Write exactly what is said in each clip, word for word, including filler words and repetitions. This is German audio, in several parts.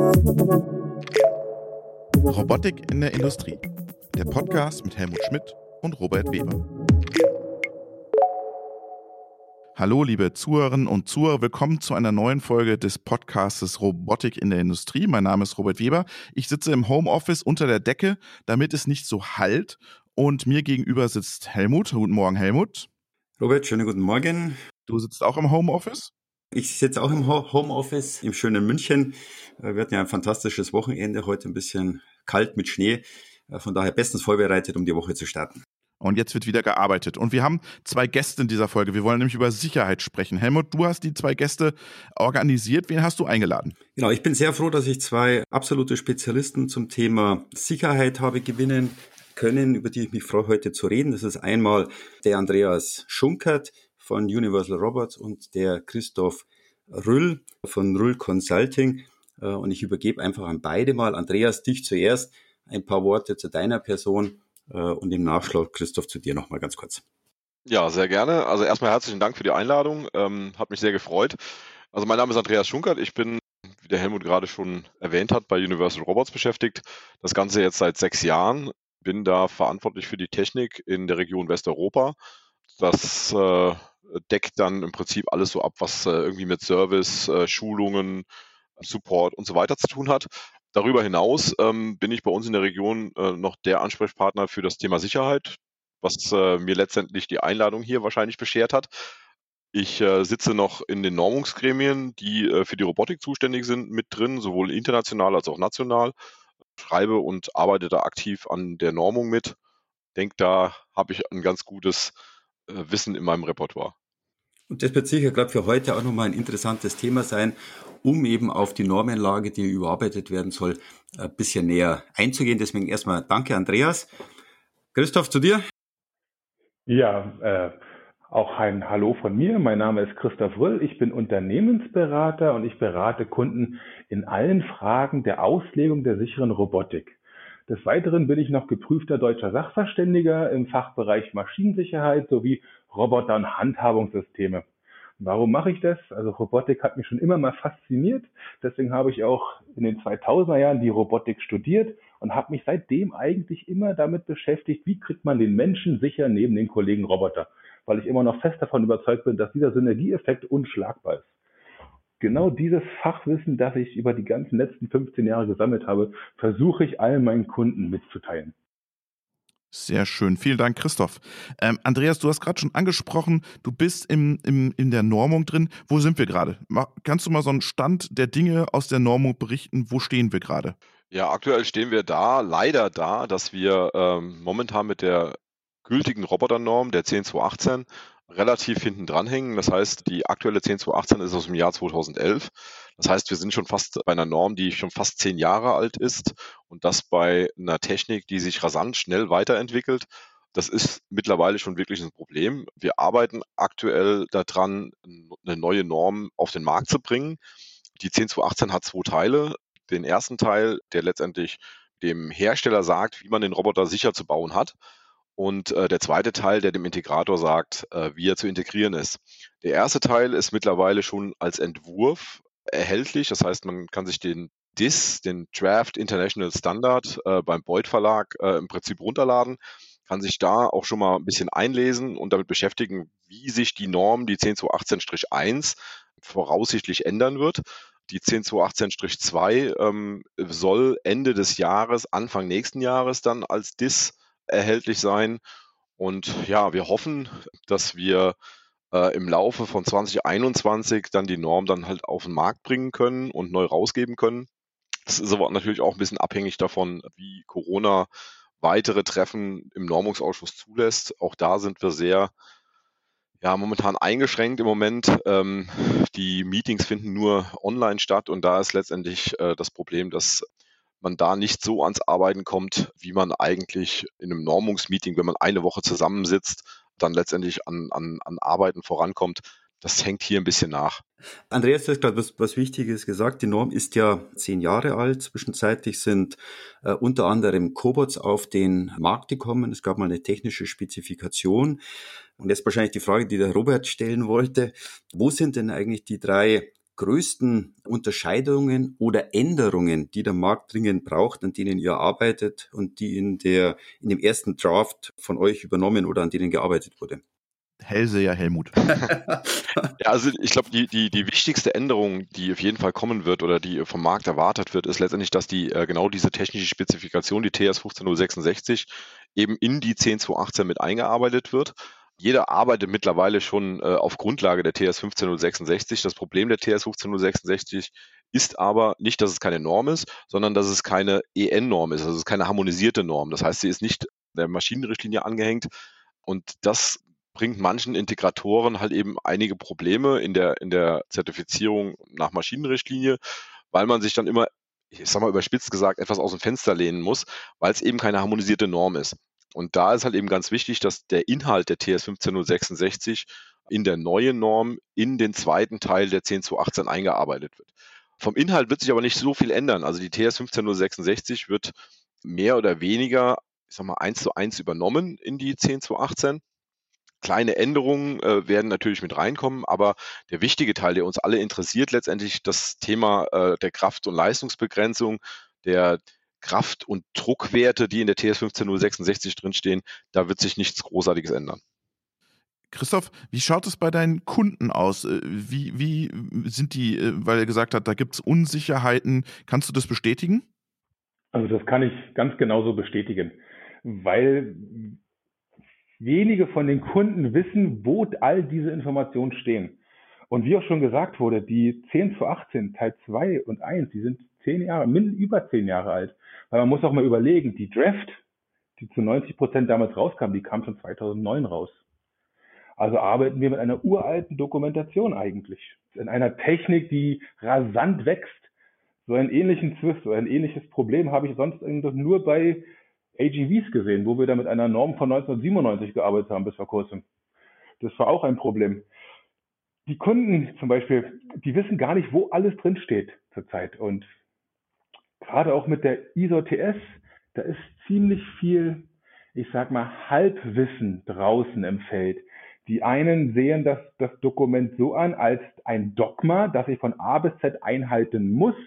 Robotik in der Industrie. Der Podcast mit Helmut Schmidt und Robert Weber. Hallo liebe Zuhörerinnen und Zuhörer, willkommen zu einer neuen Folge des Podcastes Robotik in der Industrie. Mein Name ist Robert Weber. Ich sitze im Homeoffice unter der Decke, damit es nicht so hallt. Und mir gegenüber sitzt Helmut. Guten Morgen, Helmut. Robert, schönen guten Morgen. Du sitzt auch im Homeoffice? Ich sitze auch im Homeoffice im schönen München. Wir hatten ja ein fantastisches Wochenende, heute ein bisschen kalt mit Schnee. Von daher bestens vorbereitet, um die Woche zu starten. Und jetzt wird wieder gearbeitet. Und wir haben zwei Gäste in dieser Folge. Wir wollen nämlich über Sicherheit sprechen. Helmut, du hast die zwei Gäste organisiert. Wen hast du eingeladen? Genau, ich bin sehr froh, dass ich zwei absolute Spezialisten zum Thema Sicherheit habe gewinnen können, über die ich mich freue, heute zu reden. Das ist einmal der Andreas Schunkert von Universal Robots und der Christoph Rüll von Rüll Consulting. Und ich übergebe einfach an beide mal. Andreas, dich zuerst. Ein paar Worte zu deiner Person und im Nachschlag, Christoph, zu dir nochmal ganz kurz. Ja, sehr gerne. Also erstmal herzlichen Dank für die Einladung. Ähm, hat mich sehr gefreut. Also mein Name ist Andreas Schunkert. Ich bin, wie der Helmut gerade schon erwähnt hat, bei Universal Robots beschäftigt. Das Ganze jetzt seit sechs Jahren. Bin da verantwortlich für die Technik in der Region Westeuropa. Das äh, deckt dann im Prinzip alles so ab, was äh, irgendwie mit Service, äh, Schulungen, Support und so weiter zu tun hat. Darüber hinaus ähm, bin ich bei uns in der Region äh, noch der Ansprechpartner für das Thema Sicherheit, was äh, mir letztendlich die Einladung hier wahrscheinlich beschert hat. Ich äh, sitze noch in den Normungsgremien, die äh, für die Robotik zuständig sind, mit drin, sowohl international als auch national. Schreibe und arbeite da aktiv an der Normung mit. Ich denke, da habe ich ein ganz gutes äh, Wissen in meinem Repertoire. Und das wird sicher, glaube ich, für heute auch nochmal ein interessantes Thema sein, um eben auf die Normenlage, die überarbeitet werden soll, ein bisschen näher einzugehen. Deswegen erstmal danke, Andreas. Christoph, zu dir. Ja, äh, auch ein Hallo von mir. Mein Name ist Christoph Rüll. Ich bin Unternehmensberater und ich berate Kunden in allen Fragen der Auslegung der sicheren Robotik. Des Weiteren bin ich noch geprüfter deutscher Sachverständiger im Fachbereich Maschinensicherheit sowie Roboter- und Handhabungssysteme. Warum mache ich das? Also Robotik hat mich schon immer mal fasziniert. Deswegen habe ich auch in den zweitausender Jahren die Robotik studiert und habe mich seitdem eigentlich immer damit beschäftigt, wie kriegt man den Menschen sicher neben den Kollegen Roboter. Weil ich immer noch fest davon überzeugt bin, dass dieser Synergieeffekt unschlagbar ist. Genau dieses Fachwissen, das ich über die ganzen letzten fünfzehn Jahre gesammelt habe, versuche ich all meinen Kunden mitzuteilen. Sehr schön. Vielen Dank, Christoph. Ähm, Andreas, du hast gerade schon angesprochen, du bist im, im, in der Normung drin. Wo sind wir gerade? Kannst du mal so einen Stand der Dinge aus der Normung berichten? Wo stehen wir gerade? Ja, aktuell stehen wir da, leider da, dass wir ähm, momentan mit der gültigen Roboternorm, der zehn zwei achtzehn, relativ hinten dran hängen. Das heißt, die aktuelle zehn zwei achtzehn ist aus dem Jahr zweitausendelf. Das heißt, wir sind schon fast bei einer Norm, die schon fast zehn Jahre alt ist und das bei einer Technik, die sich rasant schnell weiterentwickelt. Das ist mittlerweile schon wirklich ein Problem. Wir arbeiten aktuell daran, eine neue Norm auf den Markt zu bringen. Die zehn zwei achtzehn hat zwei Teile. Den ersten Teil, der letztendlich dem Hersteller sagt, wie man den Roboter sicher zu bauen hat. Und äh, der zweite Teil, der dem Integrator sagt, äh, wie er zu integrieren ist. Der erste Teil ist mittlerweile schon als Entwurf erhältlich. Das heißt, man kann sich den D I S, den Draft International Standard, äh, beim Beuth Verlag äh, im Prinzip runterladen, kann sich da auch schon mal ein bisschen einlesen und damit beschäftigen, wie sich die Norm, die zehn zwei achtzehn eins, voraussichtlich ändern wird. Die zehn zwei achtzehn zwei ähm, soll Ende des Jahres, Anfang nächsten Jahres dann als D I S erhältlich sein. Und ja, wir hoffen, dass wir äh, im Laufe von zwanzig einundzwanzig dann die Norm dann halt auf den Markt bringen können und neu rausgeben können. Das ist aber natürlich auch ein bisschen abhängig davon, wie Corona weitere Treffen im Normungsausschuss zulässt. Auch da sind wir sehr ja, momentan eingeschränkt im Moment. Ähm, die Meetings finden nur online statt und da ist letztendlich äh, das Problem, dass man da nicht so ans Arbeiten kommt, wie man eigentlich in einem Normungsmeeting, wenn man eine Woche zusammensitzt, dann letztendlich an, an, an Arbeiten vorankommt. Das hängt hier ein bisschen nach. Andreas, du hast gerade was, was Wichtiges gesagt. Die Norm ist ja zehn Jahre alt. Zwischenzeitlich sind äh, unter anderem Cobots auf den Markt gekommen. Es gab mal eine technische Spezifikation. Und jetzt wahrscheinlich die Frage, die der Robert stellen wollte. Wo sind denn eigentlich die drei größten Unterscheidungen oder Änderungen, die der Markt dringend braucht, an denen ihr arbeitet und die in der in dem ersten Draft von euch übernommen oder an denen gearbeitet wurde? Hellseher Helmut. Ja, also ich glaube, die, die, die wichtigste Änderung, die auf jeden Fall kommen wird oder die vom Markt erwartet wird, ist letztendlich, dass die äh, genau diese technische Spezifikation, die T S eins fünf null sechs eben in die zehn zwei achtzehn mit eingearbeitet wird. Jeder arbeitet mittlerweile schon äh, auf Grundlage der T S eins fünf null sechs. Das Problem der T S eins fünf null sechs ist aber nicht, dass es keine Norm ist, sondern dass es keine E N-Norm ist, also es ist keine harmonisierte Norm. Das heißt, sie ist nicht der Maschinenrichtlinie angehängt und das bringt manchen Integratoren halt eben einige Probleme in der, in der Zertifizierung nach Maschinenrichtlinie, weil man sich dann immer, ich sag mal überspitzt gesagt, etwas aus dem Fenster lehnen muss, weil es eben keine harmonisierte Norm ist. Und da ist halt eben ganz wichtig, dass der Inhalt der T S eins fünf null sechs in der neuen Norm in den zweiten Teil der zehn zwei achtzehn eingearbeitet wird. Vom Inhalt wird sich aber nicht so viel ändern. Also die T S eins fünf null sechs wird mehr oder weniger, ich sag mal, eins zu eins übernommen in die zehn zwei achtzehn. Kleine Änderungen äh, werden natürlich mit reinkommen, aber der wichtige Teil, der uns alle interessiert, letztendlich das Thema äh, der Kraft- und Leistungsbegrenzung, der Kraft- und Druckwerte, die in der T S eins fünf null sechs drinstehen, da wird sich nichts Großartiges ändern. Christoph, wie schaut es bei deinen Kunden aus? Wie, wie sind die, weil er gesagt hat, da gibt es Unsicherheiten. Kannst du das bestätigen? Also das kann ich ganz genauso bestätigen, weil wenige von den Kunden wissen, wo all diese Informationen stehen. Und wie auch schon gesagt wurde, die zehn zwei achtzehn Teil zwei und eins, die sind zehn Jahre, mindestens über zehn Jahre alt. Weil man muss auch mal überlegen, die Draft, die zu neunzig Prozent damals rauskam, die kam schon zweitausendneun raus. Also arbeiten wir mit einer uralten Dokumentation eigentlich. In einer Technik, die rasant wächst. So einen ähnlichen Zwist, so ein ähnliches Problem habe ich sonst nur bei A G Vs gesehen, wo wir da mit einer Norm von neunzehnhundertsiebenundneunzig gearbeitet haben bis vor kurzem. Das war auch ein Problem. Die Kunden zum Beispiel, die wissen gar nicht, wo alles drinsteht zurzeit. Und gerade auch mit der I S O T S, da ist ziemlich viel, ich sag mal, Halbwissen draußen im Feld. Die einen sehen das, das Dokument so an als ein Dogma, das ich von A bis Z einhalten muss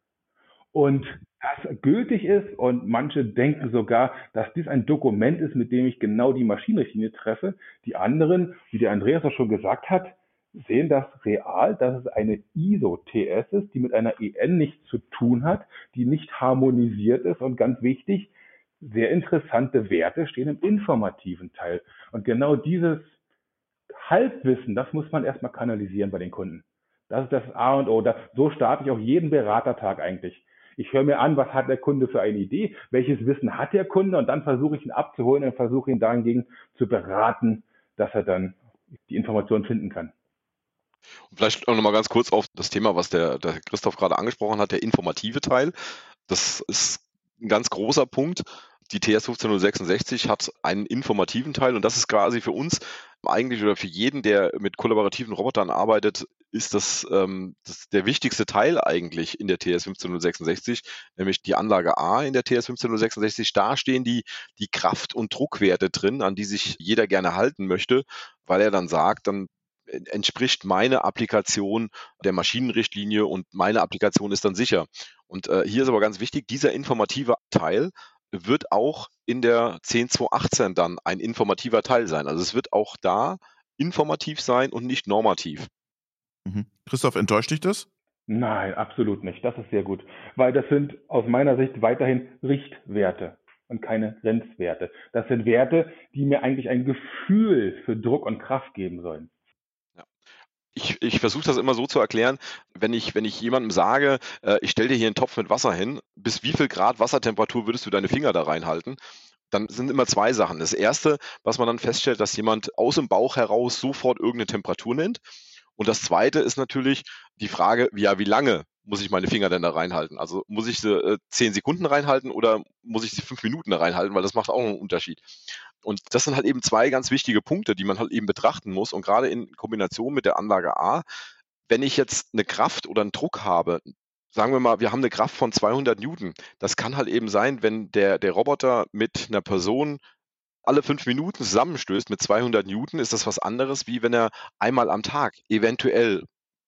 und das gültig ist, und manche denken sogar, dass dies ein Dokument ist, mit dem ich genau die Maschinenrichtlinie treffe. Die anderen, wie der Andreas auch schon gesagt hat, sehen das real, dass es eine I S O T S ist, die mit einer E N nichts zu tun hat, die nicht harmonisiert ist, und ganz wichtig, sehr interessante Werte stehen im informativen Teil. Und genau dieses Halbwissen, das muss man erstmal kanalisieren bei den Kunden. Das ist das A und O. Das, so starte ich auch jeden Beratertag eigentlich. Ich höre mir an, was hat der Kunde für eine Idee, welches Wissen hat der Kunde, und dann versuche ich ihn abzuholen und versuche ihn dahingegen zu beraten, dass er dann die Informationen finden kann. Und vielleicht auch nochmal ganz kurz auf das Thema, was der, der Christoph gerade angesprochen hat, der informative Teil. Das ist ein ganz großer Punkt. Die T S eins fünf null sechs hat einen informativen Teil, und das ist quasi für uns eigentlich, oder für jeden, der mit kollaborativen Robotern arbeitet, ist das, ähm, das der wichtigste Teil eigentlich in der T S eins fünf null sechs, nämlich die Anlage A in der T S eins fünf null sechs. Da stehen die, die Kraft- und Druckwerte drin, an die sich jeder gerne halten möchte, weil er dann sagt, dann entspricht meine Applikation der Maschinenrichtlinie und meine Applikation ist dann sicher. Und äh, hier ist aber ganz wichtig, dieser informative Teil wird auch in der zehn zwei achtzehn dann ein informativer Teil sein. Also es wird auch da informativ sein und nicht normativ. Mhm. Christoph, enttäuscht dich das? Nein, absolut nicht. Das ist sehr gut, weil das sind aus meiner Sicht weiterhin Richtwerte und keine Grenzwerte. Das sind Werte, die mir eigentlich ein Gefühl für Druck und Kraft geben sollen. Ich, ich versuche das immer so zu erklären, wenn ich, wenn ich jemandem sage, äh, ich stelle dir hier einen Topf mit Wasser hin, bis wie viel Grad Wassertemperatur würdest du deine Finger da reinhalten? Dann sind immer zwei Sachen. Das erste, was man dann feststellt, dass jemand aus dem Bauch heraus sofort irgendeine Temperatur nennt. Und das zweite ist natürlich die Frage, ja, wie lange muss ich meine Finger denn da reinhalten? Also muss ich sie äh, zehn Sekunden reinhalten oder muss ich sie fünf Minuten da reinhalten? Weil das macht auch einen Unterschied. Und das sind halt eben zwei ganz wichtige Punkte, die man halt eben betrachten muss. Und gerade in Kombination mit der Anlage A, wenn ich jetzt eine Kraft oder einen Druck habe, sagen wir mal, wir haben eine Kraft von zweihundert Newton. Das kann halt eben sein, wenn der, der Roboter mit einer Person alle fünf Minuten zusammenstößt mit zweihundert Newton, ist das was anderes, wie wenn er einmal am Tag eventuell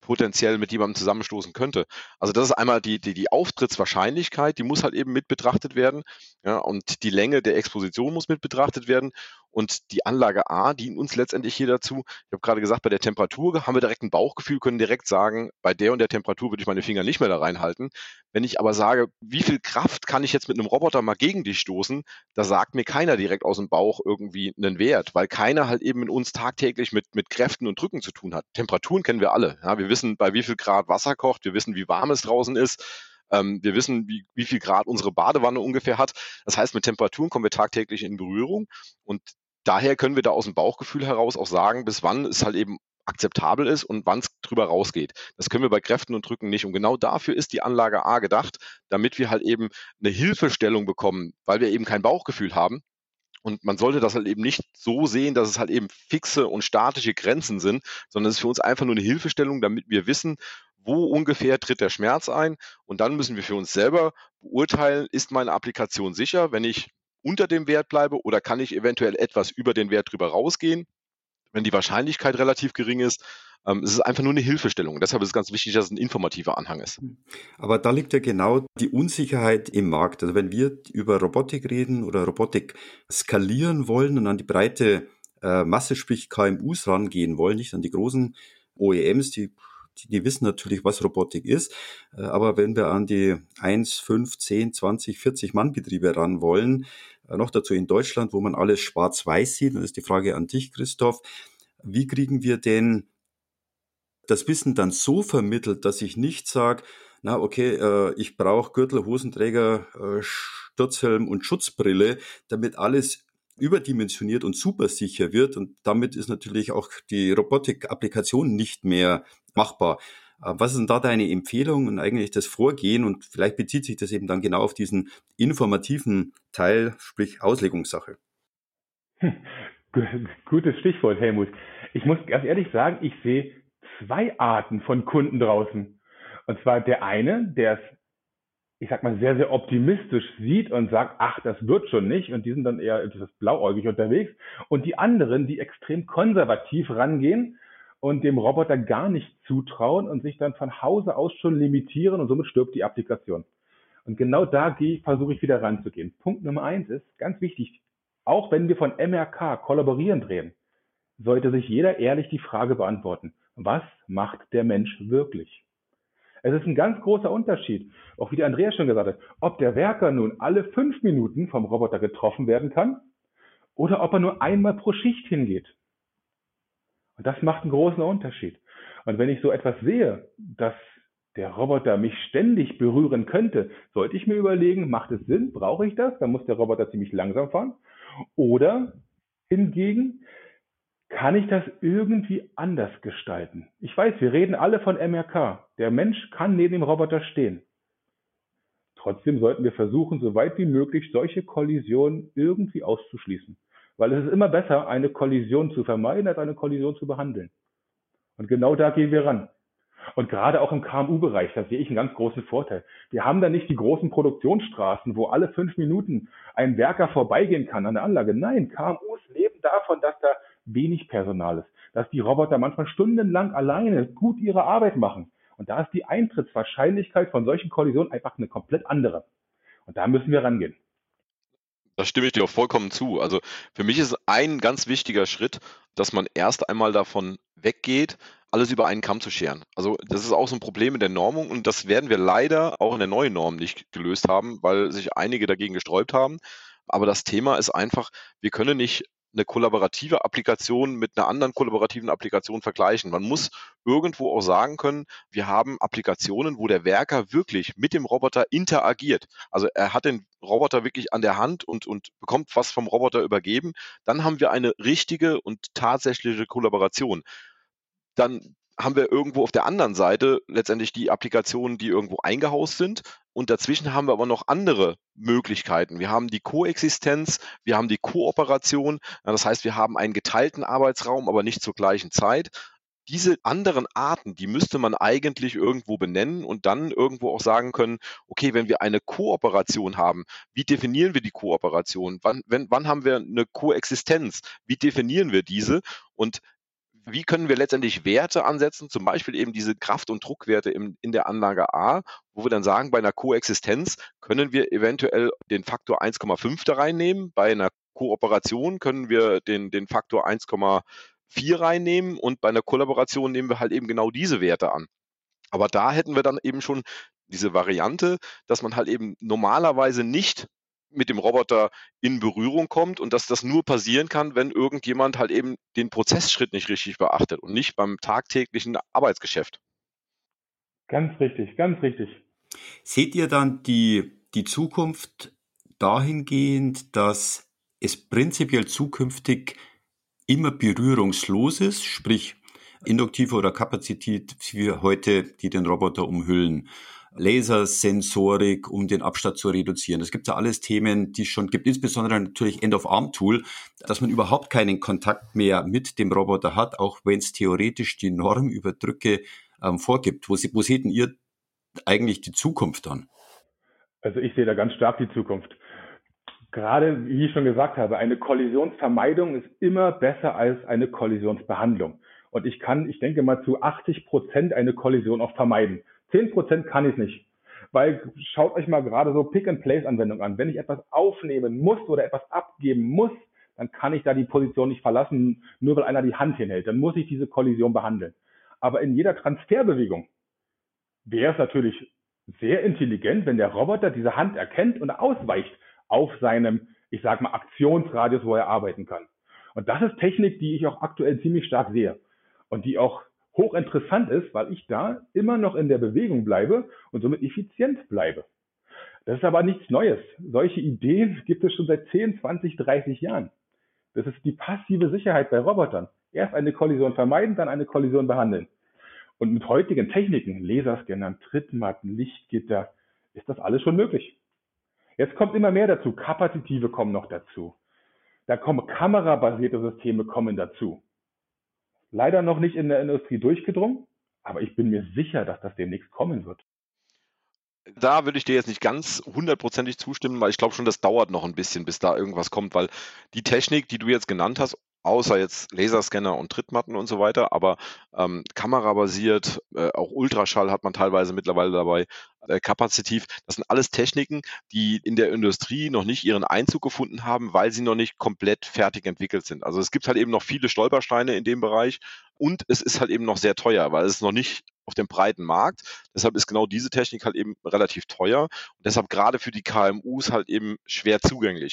potenziell mit jemandem zusammenstoßen könnte. Also das ist einmal die, die, die Auftrittswahrscheinlichkeit, die muss halt eben mit betrachtet werden, ja, und die Länge der Exposition muss mit betrachtet werden und die Anlage A dient uns letztendlich hier dazu. Ich habe gerade gesagt, bei der Temperatur haben wir direkt ein Bauchgefühl, können direkt sagen, bei der und der Temperatur würde ich meine Finger nicht mehr da reinhalten. Wenn ich aber sage, wie viel Kraft kann ich jetzt mit einem Roboter mal gegen dich stoßen, da sagt mir keiner direkt aus dem Bauch irgendwie einen Wert, weil keiner halt eben in uns tagtäglich mit, mit Kräften und Drücken zu tun hat. Temperaturen kennen wir alle. Ja, wir wissen, bei wie viel Grad Wasser kocht, wir wissen, wie warm es draußen ist. Ähm, wir wissen, wie, wie viel Grad unsere Badewanne ungefähr hat. Das heißt, mit Temperaturen kommen wir tagtäglich in Berührung und daher können wir da aus dem Bauchgefühl heraus auch sagen, bis wann es halt eben akzeptabel ist und wann es drüber rausgeht. Das können wir bei Kräften und Drücken nicht. Und genau dafür ist die Anlage A gedacht, damit wir halt eben eine Hilfestellung bekommen, weil wir eben kein Bauchgefühl haben. Und man sollte das halt eben nicht so sehen, dass es halt eben fixe und statische Grenzen sind, sondern es ist für uns einfach nur eine Hilfestellung, damit wir wissen, wo ungefähr tritt der Schmerz ein. Und dann müssen wir für uns selber beurteilen, ist meine Applikation sicher, wenn ich unter dem Wert bleibe oder kann ich eventuell etwas über den Wert drüber rausgehen, wenn die Wahrscheinlichkeit relativ gering ist. Ähm, es ist einfach nur eine Hilfestellung. Deshalb ist es ganz wichtig, dass es ein informativer Anhang ist. Aber da liegt ja genau die Unsicherheit im Markt. Also wenn wir über Robotik reden oder Robotik skalieren wollen und an die breite äh, Masse, sprich K M Us rangehen wollen, nicht an die großen O E Ms, die Die, die wissen natürlich, was Robotik ist, aber wenn wir an die eins, fünf, zehn, zwanzig, vierzig Mann-Betriebe ran wollen, noch dazu in Deutschland, wo man alles schwarz-weiß sieht, dann ist die Frage an dich, Christoph, wie kriegen wir denn das Wissen dann so vermittelt, dass ich nicht sage, na okay, ich brauche Gürtel, Hosenträger, Sturzhelm und Schutzbrille, damit alles überdimensioniert und super sicher wird und damit ist natürlich auch die Robotik-Applikation nicht mehr machbar. Was ist denn da deine Empfehlung und eigentlich das Vorgehen und vielleicht bezieht sich das eben dann genau auf diesen informativen Teil, sprich Auslegungssache? Hm. Gutes Stichwort, Helmut. Ich muss ganz ehrlich sagen, ich sehe zwei Arten von Kunden draußen. Und zwar der eine, der es ich sag mal, sehr, sehr optimistisch sieht und sagt, ach, das wird schon nicht. Und die sind dann eher etwas blauäugig unterwegs. Und die anderen, die extrem konservativ rangehen und dem Roboter gar nicht zutrauen und sich dann von Hause aus schon limitieren und somit stirbt die Applikation. Und genau da gehe, versuche ich wieder ranzugehen. Punkt Nummer eins ist, ganz wichtig, auch wenn wir von M R K kollaborierend reden, sollte sich jeder ehrlich die Frage beantworten, was macht der Mensch wirklich? Es ist ein ganz großer Unterschied, auch wie der Andreas schon gesagt hat, ob der Werker nun alle fünf Minuten vom Roboter getroffen werden kann oder ob er nur einmal pro Schicht hingeht. Und das macht einen großen Unterschied. Und wenn ich so etwas sehe, dass der Roboter mich ständig berühren könnte, sollte ich mir überlegen, macht es Sinn, brauche ich das? Dann muss der Roboter ziemlich langsam fahren. Oder hingegen, kann ich das irgendwie anders gestalten? Ich weiß, wir reden alle von M R K. Der Mensch kann neben dem Roboter stehen. Trotzdem sollten wir versuchen, so weit wie möglich solche Kollisionen irgendwie auszuschließen. Weil es ist immer besser, eine Kollision zu vermeiden, als eine Kollision zu behandeln. Und genau da gehen wir ran. Und gerade auch im K M U-Bereich, da sehe ich einen ganz großen Vorteil. Wir haben da nicht die großen Produktionsstraßen, wo alle fünf Minuten ein Werker vorbeigehen kann an der Anlage. Nein, K M Us leben davon, dass da wenig Personal ist, dass die Roboter manchmal stundenlang alleine gut ihre Arbeit machen. Und da ist die Eintrittswahrscheinlichkeit von solchen Kollisionen einfach eine komplett andere. Und da müssen wir rangehen. Da stimme ich dir auch vollkommen zu. Also für mich ist ein ganz wichtiger Schritt, dass man erst einmal davon weggeht, alles über einen Kamm zu scheren. Also das ist auch so ein Problem in der Normung und das werden wir leider auch in der neuen Norm nicht gelöst haben, weil sich einige dagegen gesträubt haben. Aber das Thema ist einfach, wir können nicht eine kollaborative Applikation mit einer anderen kollaborativen Applikation vergleichen. Man muss irgendwo auch sagen können, wir haben Applikationen, wo der Werker wirklich mit dem Roboter interagiert. Also er hat den Roboter wirklich an der Hand und, und bekommt was vom Roboter übergeben. Dann haben wir eine richtige und tatsächliche Kollaboration. Dann haben wir irgendwo auf der anderen Seite letztendlich die Applikationen, die irgendwo eingehaust sind. Und dazwischen haben wir aber noch andere Möglichkeiten. Wir haben die Koexistenz, wir haben die Kooperation. Das heißt, wir haben einen geteilten Arbeitsraum, aber nicht zur gleichen Zeit. Diese anderen Arten, die müsste man eigentlich irgendwo benennen und dann irgendwo auch sagen können, okay, wenn wir eine Kooperation haben, wie definieren wir die Kooperation? Wann, wenn, wann haben wir eine Koexistenz? Wie definieren wir diese? Und wie können wir letztendlich Werte ansetzen, zum Beispiel eben diese Kraft- und Druckwerte im, in der Anlage A, wo wir dann sagen, bei einer Koexistenz können wir eventuell den Faktor eins Komma fünf da reinnehmen, bei einer Kooperation können wir den, den Faktor eins Komma vier reinnehmen und bei einer Kollaboration nehmen wir halt eben genau diese Werte an. Aber da hätten wir dann eben schon diese Variante, dass man halt eben normalerweise nicht mit dem Roboter in Berührung kommt und dass das nur passieren kann, wenn irgendjemand halt eben den Prozessschritt nicht richtig beachtet und nicht beim tagtäglichen Arbeitsgeschäft. Ganz richtig, ganz richtig. Seht ihr dann die, die Zukunft dahingehend, dass es prinzipiell zukünftig immer berührungslos ist, sprich induktive oder kapazitiv wie heute, die den Roboter umhüllen, Lasersensorik, um den Abstand zu reduzieren. Das gibt ja alles Themen, die es schon gibt, insbesondere natürlich End-of-Arm-Tool, dass man überhaupt keinen Kontakt mehr mit dem Roboter hat, auch wenn es theoretisch die Norm über Drücke ähm, vorgibt. Wo, wo seht denn ihr eigentlich die Zukunft dann? Also ich sehe da ganz stark die Zukunft. Gerade, wie ich schon gesagt habe, eine Kollisionsvermeidung ist immer besser als eine Kollisionsbehandlung. Und ich kann, ich denke mal, zu achtzig Prozent eine Kollision auch vermeiden. zehn Prozent kann ich es nicht. Weil schaut euch mal gerade so Pick-and-Place-Anwendungen an. Wenn ich etwas aufnehmen muss oder etwas abgeben muss, dann kann ich da die Position nicht verlassen, nur weil einer die Hand hinhält. Dann muss ich diese Kollision behandeln. Aber in jeder Transferbewegung wäre es natürlich sehr intelligent, wenn der Roboter diese Hand erkennt und ausweicht auf seinem, ich sag mal, Aktionsradius, wo er arbeiten kann. Und das ist Technik, die ich auch aktuell ziemlich stark sehe und die auch hochinteressant ist, weil ich da immer noch in der Bewegung bleibe und somit effizient bleibe. Das ist aber nichts Neues. Solche Ideen gibt es schon seit zehn, zwanzig, dreißig Jahren. Das ist die passive Sicherheit bei Robotern. Erst eine Kollision vermeiden, dann eine Kollision behandeln. Und mit heutigen Techniken, Laserscannern, Trittmatten, Lichtgitter, ist das alles schon möglich. Jetzt kommt immer mehr dazu. Kapazitive kommen noch dazu. Da kommen kamerabasierte Systeme kommen dazu. Leider noch nicht in der Industrie durchgedrungen, aber ich bin mir sicher, dass das demnächst kommen wird. Da würde ich dir jetzt nicht ganz hundertprozentig zustimmen, weil ich glaube schon, das dauert noch ein bisschen, bis da irgendwas kommt, weil die Technik, die du jetzt genannt hast, außer jetzt Laserscanner und Trittmatten und so weiter, aber ähm, kamerabasiert, äh, auch Ultraschall hat man teilweise mittlerweile dabei, äh, kapazitiv, das sind alles Techniken, die in der Industrie noch nicht ihren Einzug gefunden haben, weil sie noch nicht komplett fertig entwickelt sind. Also es gibt halt eben noch viele Stolpersteine in dem Bereich und es ist halt eben noch sehr teuer, weil es noch nicht auf dem breiten Markt. Deshalb ist genau diese Technik halt eben relativ teuer und deshalb gerade für die K M Us halt eben schwer zugänglich.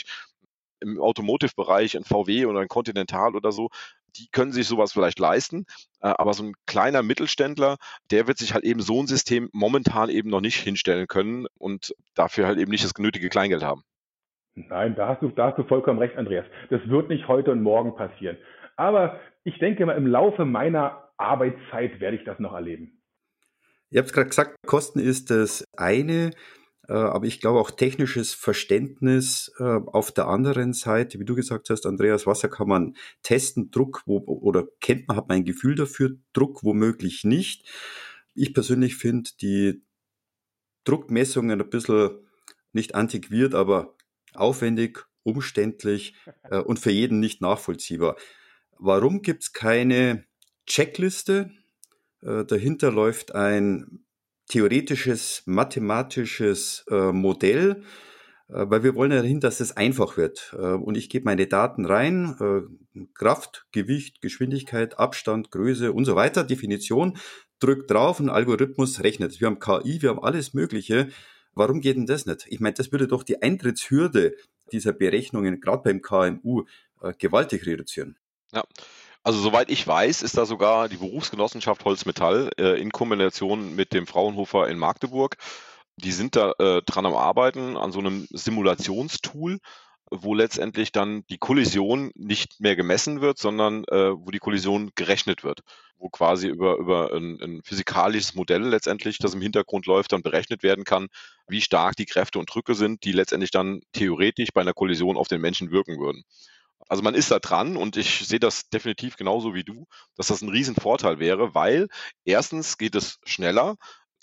Im Automotive-Bereich, ein V W oder ein Continental oder so, die können sich sowas vielleicht leisten, aber so ein kleiner Mittelständler, der wird sich halt eben so ein System momentan eben noch nicht hinstellen können und dafür halt eben nicht das genötige Kleingeld haben. Nein, da hast du, da hast du vollkommen recht, Andreas. Das wird nicht heute und morgen passieren. Aber ich denke mal, im Laufe meiner Arbeitszeit werde ich das noch erleben. Ihr habt es gerade gesagt, Kosten ist das eine, aber ich glaube auch technisches Verständnis auf der anderen Seite, wie du gesagt hast, Andreas, Wasser kann man testen, Druck wo, oder kennt man, hat man ein Gefühl dafür, Druck womöglich nicht. Ich persönlich finde die Druckmessungen ein bisschen nicht antiquiert, aber aufwendig, umständlich und für jeden nicht nachvollziehbar. Warum gibt es keine Checkliste? Dahinter läuft ein theoretisches, mathematisches äh, Modell, äh, weil wir wollen ja dahin, dass es einfach wird. Äh, und ich gebe meine Daten rein, äh, Kraft, Gewicht, Geschwindigkeit, Abstand, Größe und so weiter, Definition, drück drauf und ein Algorithmus rechnet. Wir haben K I, wir haben alles Mögliche. Warum geht denn das nicht? Ich meine, das würde doch die Eintrittshürde dieser Berechnungen, gerade beim K M U, äh, gewaltig reduzieren. Ja. Also soweit ich weiß, ist da sogar die Berufsgenossenschaft Holzmetall äh, in Kombination mit dem Fraunhofer in Magdeburg. Die sind da äh, dran am Arbeiten an so einem Simulationstool, wo letztendlich dann die Kollision nicht mehr gemessen wird, sondern äh, wo die Kollision gerechnet wird, wo quasi über, über ein, ein physikalisches Modell letztendlich, das im Hintergrund läuft, dann berechnet werden kann, wie stark die Kräfte und Drücke sind, die letztendlich dann theoretisch bei einer Kollision auf den Menschen wirken würden. Also man ist da dran und ich sehe das definitiv genauso wie du, dass das ein Riesenvorteil wäre, weil erstens geht es schneller.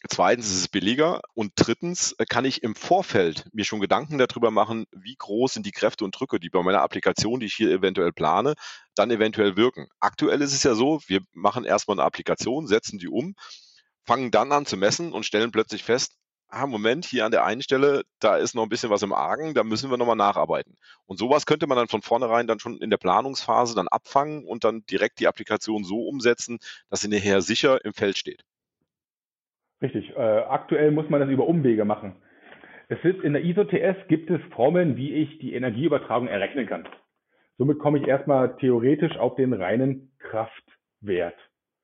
Zweitens ist es billiger und drittens kann ich im Vorfeld mir schon Gedanken darüber machen, wie groß sind die Kräfte und Drücke, die bei meiner Applikation, die ich hier eventuell plane, dann eventuell wirken. Aktuell ist es ja so, wir machen erstmal eine Applikation, setzen die um, fangen dann an zu messen und stellen plötzlich fest, ah, Moment, hier an der einen Stelle, da ist noch ein bisschen was im Argen, da müssen wir nochmal nacharbeiten. Und sowas könnte man dann von vornherein dann schon in der Planungsphase dann abfangen und dann direkt die Applikation so umsetzen, dass sie nachher sicher im Feld steht. Richtig. Äh, aktuell muss man das über Umwege machen. Es ist, in der I S O T S gibt es Formeln, wie ich die Energieübertragung errechnen kann. Somit komme ich erstmal theoretisch auf den reinen Kraftwert.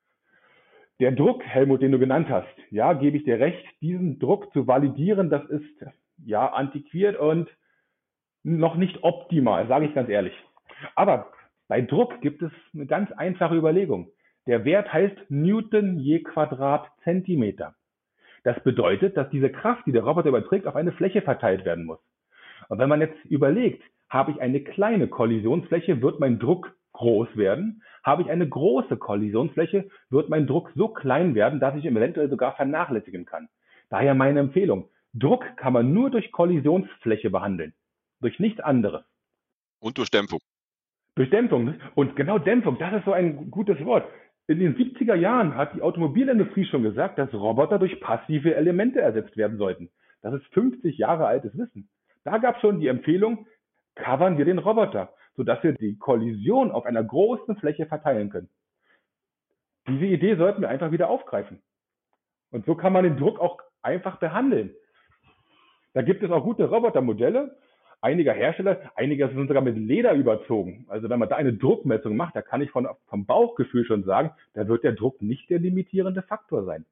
Der Druck, Helmut, den du genannt hast, ja, gebe ich dir recht, diesen Druck zu validieren, das ist ja antiquiert und noch nicht optimal, sage ich ganz ehrlich. Aber bei Druck gibt es eine ganz einfache Überlegung. Der Wert heißt Newton je Quadratzentimeter. Das bedeutet, dass diese Kraft, die der Roboter überträgt, auf eine Fläche verteilt werden muss. Und wenn man jetzt überlegt, habe ich eine kleine Kollisionsfläche, wird mein Druck groß werden. Habe ich eine große Kollisionsfläche, wird mein Druck so klein werden, dass ich ihn eventuell sogar vernachlässigen kann. Daher meine Empfehlung. Druck kann man nur durch Kollisionsfläche behandeln. Durch nichts anderes. Und durch Dämpfung. Durch Dämpfung. Und genau Dämpfung, das ist so ein gutes Wort. In den siebziger Jahren hat die Automobilindustrie schon gesagt, dass Roboter durch passive Elemente ersetzt werden sollten. Das ist fünfzig Jahre altes Wissen. Da gab es schon die Empfehlung, covern wir den Roboter, sodass wir die Kollision auf einer großen Fläche verteilen können. Diese Idee sollten wir einfach wieder aufgreifen. Und so kann man den Druck auch einfach behandeln. Da gibt es auch gute Robotermodelle. Einiger Hersteller, einige sind sogar mit Leder überzogen. Also wenn man da eine Druckmessung macht, da kann ich von, vom Bauchgefühl schon sagen, da wird der Druck nicht der limitierende Faktor sein.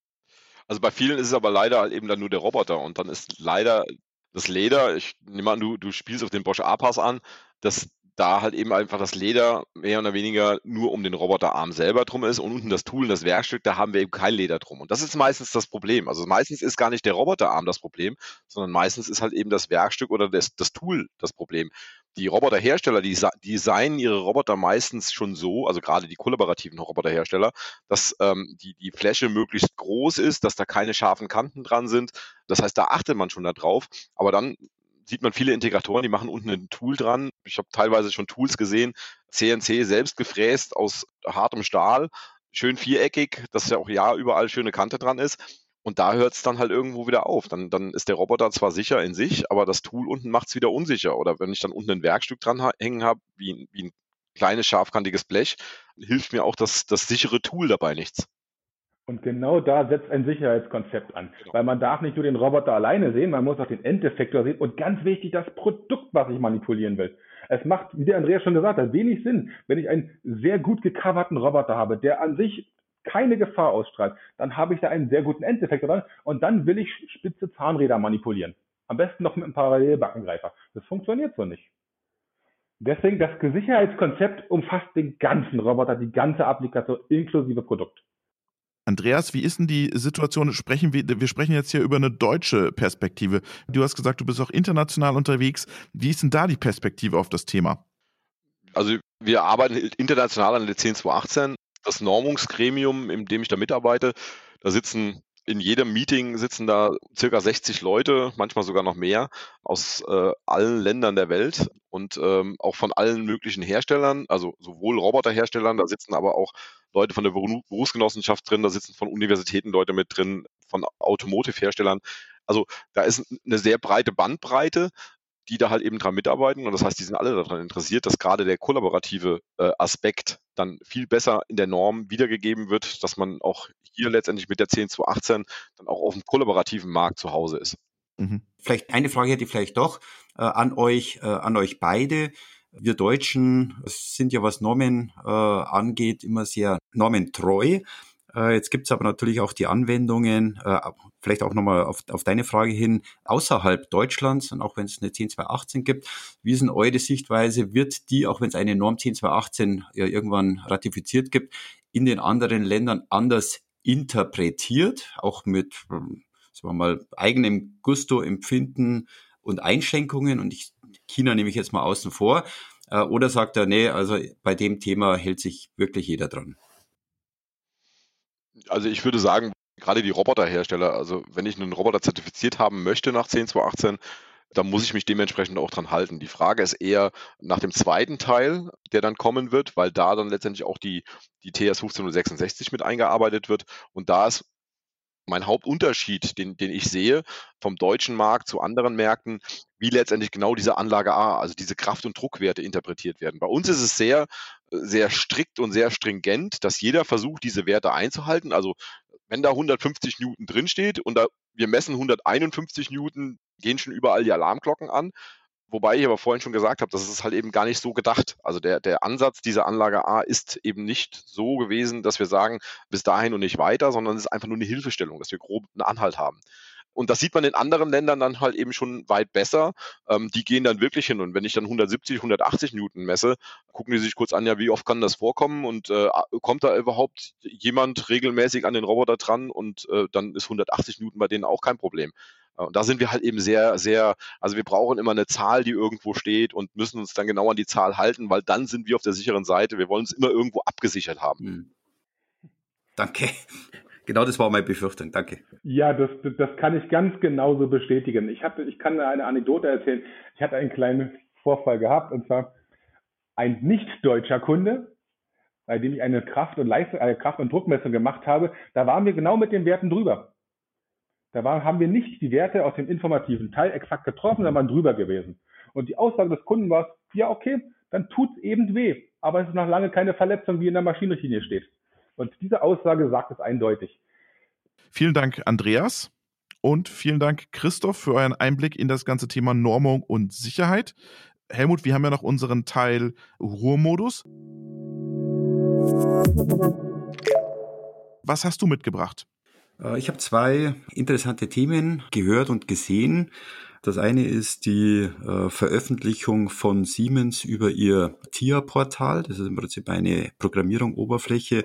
Also bei vielen ist es aber leider halt eben dann nur der Roboter und dann ist leider das Leder, ich nehme an, du, du spielst auf den Bosch A-Pass an, dass da halt eben einfach das Leder mehr oder weniger nur um den Roboterarm selber drum ist und unten das Tool und das Werkstück, da haben wir eben kein Leder drum. Und das ist meistens das Problem. Also meistens ist gar nicht der Roboterarm das Problem, sondern meistens ist halt eben das Werkstück oder das, das Tool das Problem. Die Roboterhersteller, die designen ihre Roboter meistens schon so, also gerade die kollaborativen Roboterhersteller, dass ähm, die, die Fläche möglichst groß ist, dass da keine scharfen Kanten dran sind. Das heißt, da achtet man schon darauf. Aber dann sieht man viele Integratoren, die machen unten ein Tool dran. Ich habe teilweise schon Tools gesehen, C N C selbst gefräst aus hartem Stahl, schön viereckig, dass ja auch ja überall schöne Kante dran ist. Und da hört es dann halt irgendwo wieder auf. Dann, dann ist der Roboter zwar sicher in sich, aber das Tool unten macht es wieder unsicher. Oder wenn ich dann unten ein Werkstück dran ha- hängen habe, wie, wie ein kleines scharfkantiges Blech, hilft mir auch das, das sichere Tool dabei nichts. Und genau da setzt ein Sicherheitskonzept an. Genau. Weil man darf nicht nur den Roboter alleine sehen, man muss auch den Endeffektor sehen und ganz wichtig, das Produkt, was ich manipulieren will. Es macht, wie der Andreas schon gesagt hat, wenig Sinn, wenn ich einen sehr gut gecoverten Roboter habe, der an sich keine Gefahr ausstrahlt, dann habe ich da einen sehr guten Endeffektor dran und dann will ich spitze Zahnräder manipulieren. Am besten noch mit einem Parallelbackengreifer. Das funktioniert so nicht. Deswegen, das Sicherheitskonzept umfasst den ganzen Roboter, die ganze Applikation inklusive Produkt. Andreas, wie ist denn die Situation? Sprechen wir, wir sprechen jetzt hier über eine deutsche Perspektive. Du hast gesagt, du bist auch international unterwegs. Wie ist denn da die Perspektive auf das Thema? Also wir arbeiten international an der zehn zwei achtzehn. Das Normungsgremium, in dem ich da mitarbeite, da sitzen in jedem Meeting sitzen da circa sechzig Leute, manchmal sogar noch mehr, aus äh, allen Ländern der Welt und ähm, auch von allen möglichen Herstellern, also sowohl Roboterherstellern, da sitzen aber auch Leute von der Beru- Berufsgenossenschaft drin, da sitzen von Universitäten Leute mit drin, von Automotive-Herstellern. Also da ist eine sehr breite Bandbreite, die da halt eben dran mitarbeiten. Und das heißt, die sind alle daran interessiert, dass gerade der kollaborative äh, Aspekt dann viel besser in der Norm wiedergegeben wird, dass man auch hier letztendlich mit der zehn zwei achtzehn dann auch auf dem kollaborativen Markt zu Hause ist. Mhm. Vielleicht eine Frage hätte ich vielleicht doch äh, an euch, äh, an euch beide. Wir Deutschen sind ja, was Normen äh, angeht, immer sehr normentreu. Äh, jetzt gibt es aber natürlich auch die Anwendungen, äh, vielleicht auch nochmal auf, auf deine Frage hin, außerhalb Deutschlands, und auch wenn es eine zehn zwei achtzehn gibt, wie ist denn eure Sichtweise? Wird die, auch wenn es eine Norm zehn zwei achtzehn ja irgendwann ratifiziert gibt, in den anderen Ländern anders interpretiert, auch mit, sagen wir mal, eigenem Gusto, Empfinden und Einschränkungen? Und ich, China nehme ich jetzt mal außen vor. Äh, oder sagt er, nee, also bei dem Thema hält sich wirklich jeder dran? Also ich würde sagen, gerade die Roboterhersteller, also wenn ich einen Roboter zertifiziert haben möchte nach zehn zwei achtzehn, dann muss ich mich dementsprechend auch dran halten. Die Frage ist eher nach dem zweiten Teil, der dann kommen wird, weil da dann letztendlich auch die, die T S fünfzehnhundertsechsundsechzig mit eingearbeitet wird. Und da ist mein Hauptunterschied, den, den ich sehe vom deutschen Markt zu anderen Märkten, wie letztendlich genau diese Anlage A, also diese Kraft- und Druckwerte interpretiert werden. Bei uns ist es sehr, sehr strikt und sehr stringent, dass jeder versucht, diese Werte einzuhalten. Also wenn da hundertfünfzig Newton drinsteht und da, wir messen hunderteinundfünfzig Newton, gehen schon überall die Alarmglocken an. Wobei ich aber vorhin schon gesagt habe, das ist halt eben gar nicht so gedacht. Also der, der Ansatz dieser Anlage A ist eben nicht so gewesen, dass wir sagen, bis dahin und nicht weiter, sondern es ist einfach nur eine Hilfestellung, dass wir grob einen Anhalt haben. Und das sieht man in anderen Ländern dann halt eben schon weit besser. Ähm, die gehen dann wirklich hin. Und wenn ich dann hundertsiebzig, hundertachtzig Newton messe, gucken die sich kurz an, ja, wie oft kann das vorkommen? Und äh, kommt da überhaupt jemand regelmäßig an den Roboter dran? Und äh, dann ist hundertachtzig Newton bei denen auch kein Problem. Und da sind wir halt eben sehr, sehr, also wir brauchen immer eine Zahl, die irgendwo steht und müssen uns dann genau an die Zahl halten, weil dann sind wir auf der sicheren Seite. Wir wollen es immer irgendwo abgesichert haben. Hm. Danke. Genau das war meine Befürchtung. Danke. Ja, das, das kann ich ganz genauso bestätigen. Ich hatte, ich kann eine Anekdote erzählen. Ich hatte einen kleinen Vorfall gehabt, und zwar ein nicht-deutscher Kunde, bei dem ich eine Kraft- und Leistung, eine Kraft- und Druckmessung gemacht habe. Da waren wir genau mit den Werten drüber. Da war, haben wir nicht die Werte aus dem informativen Teil exakt getroffen, sondern waren drüber gewesen. Und die Aussage des Kunden war, ja, okay, dann tut's eben weh. Aber es ist noch lange keine Verletzung, wie in der Maschinenrichtlinie steht. Und diese Aussage sagt es eindeutig. Vielen Dank, Andreas. Und vielen Dank, Christoph, für euren Einblick in das ganze Thema Normung und Sicherheit. Helmut, wir haben ja noch unseren Teil Ruhemodus. Was hast du mitgebracht? Ich habe zwei interessante Themen gehört und gesehen. Das eine ist die äh, Veröffentlichung von Siemens über ihr T I A-Portal. Das ist im Prinzip eine Programmierung, Oberfläche,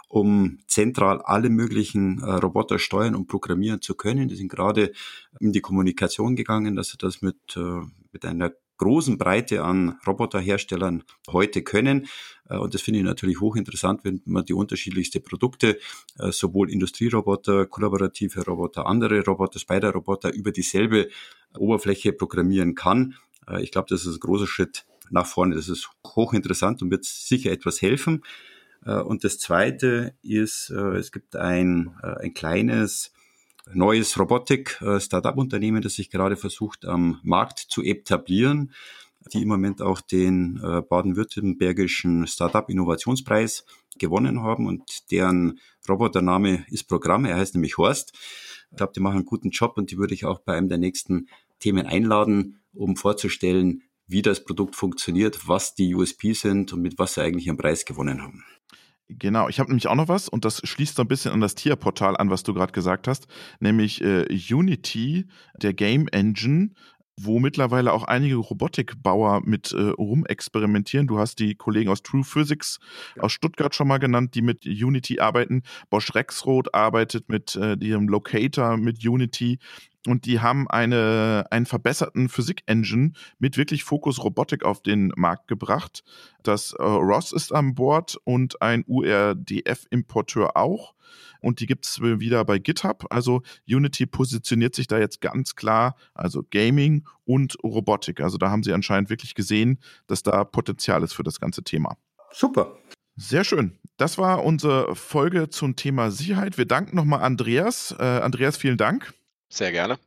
um zentral alle möglichen äh, Roboter steuern und programmieren zu können. Die sind gerade in die Kommunikation gegangen, dass sie das mit, äh, mit einer großen Breite an Roboterherstellern heute können. Und das finde ich natürlich hochinteressant, wenn man die unterschiedlichsten Produkte, sowohl Industrieroboter, kollaborative Roboter, andere Roboter, Spider-Roboter über dieselbe Oberfläche programmieren kann. Ich glaube, das ist ein großer Schritt nach vorne. Das ist hochinteressant und wird sicher etwas helfen. Und das Zweite ist, es gibt ein, ein kleines neues Robotik-Startup-Unternehmen, das sich gerade versucht, am Markt zu etablieren, die im Moment auch den äh, baden-württembergischen Startup-Innovationspreis gewonnen haben, und deren Robotername ist Programm, er heißt nämlich Horst. Ich glaube, die machen einen guten Job, und die würde ich auch bei einem der nächsten Themen einladen, um vorzustellen, wie das Produkt funktioniert, was die U S P sind und mit was sie eigentlich ihren Preis gewonnen haben. Genau, ich habe nämlich auch noch was, und das schließt so ein bisschen an das T I A-Portal an, was du gerade gesagt hast, nämlich äh, Unity, der Game Engine, wo mittlerweile auch einige Robotikbauer mit äh, rumexperimentieren. Du hast die Kollegen aus True Physics aus Stuttgart schon mal genannt, die mit Unity arbeiten. Bosch Rexroth arbeitet mit äh, ihrem Locator mit Unity. Und die haben eine, einen verbesserten Physik-Engine mit wirklich Fokus Robotik auf den Markt gebracht. Das äh, R O S ist an Bord und ein U R D F-Importeur auch. Und die gibt es wieder bei GitHub. Also Unity positioniert sich da jetzt ganz klar, also Gaming und Robotik. Also da haben sie anscheinend wirklich gesehen, dass da Potenzial ist für das ganze Thema. Super. Sehr schön. Das war unsere Folge zum Thema Sicherheit. Wir danken nochmal Andreas. Äh, Andreas, vielen Dank. Sehr gerne.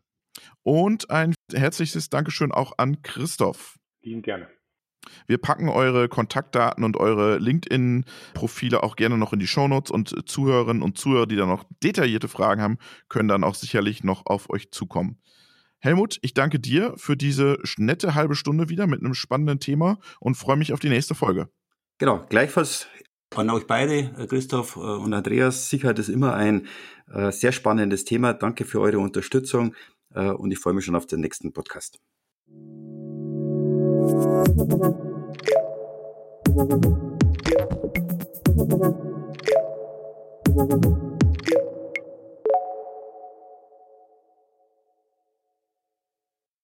Und ein herzliches Dankeschön auch an Christoph. Vielen gerne. Wir packen eure Kontaktdaten und eure LinkedIn-Profile auch gerne noch in die Shownotes, und Zuhörerinnen und Zuhörer, die da noch detaillierte Fragen haben, können dann auch sicherlich noch auf euch zukommen. Helmut, ich danke dir für diese nette halbe Stunde wieder mit einem spannenden Thema und freue mich auf die nächste Folge. Genau, gleichfalls an euch beide, Christoph und Andreas. Sicherheit ist immer ein äh, sehr spannendes Thema. Danke für eure Unterstützung äh, und ich freue mich schon auf den nächsten Podcast. Thank you.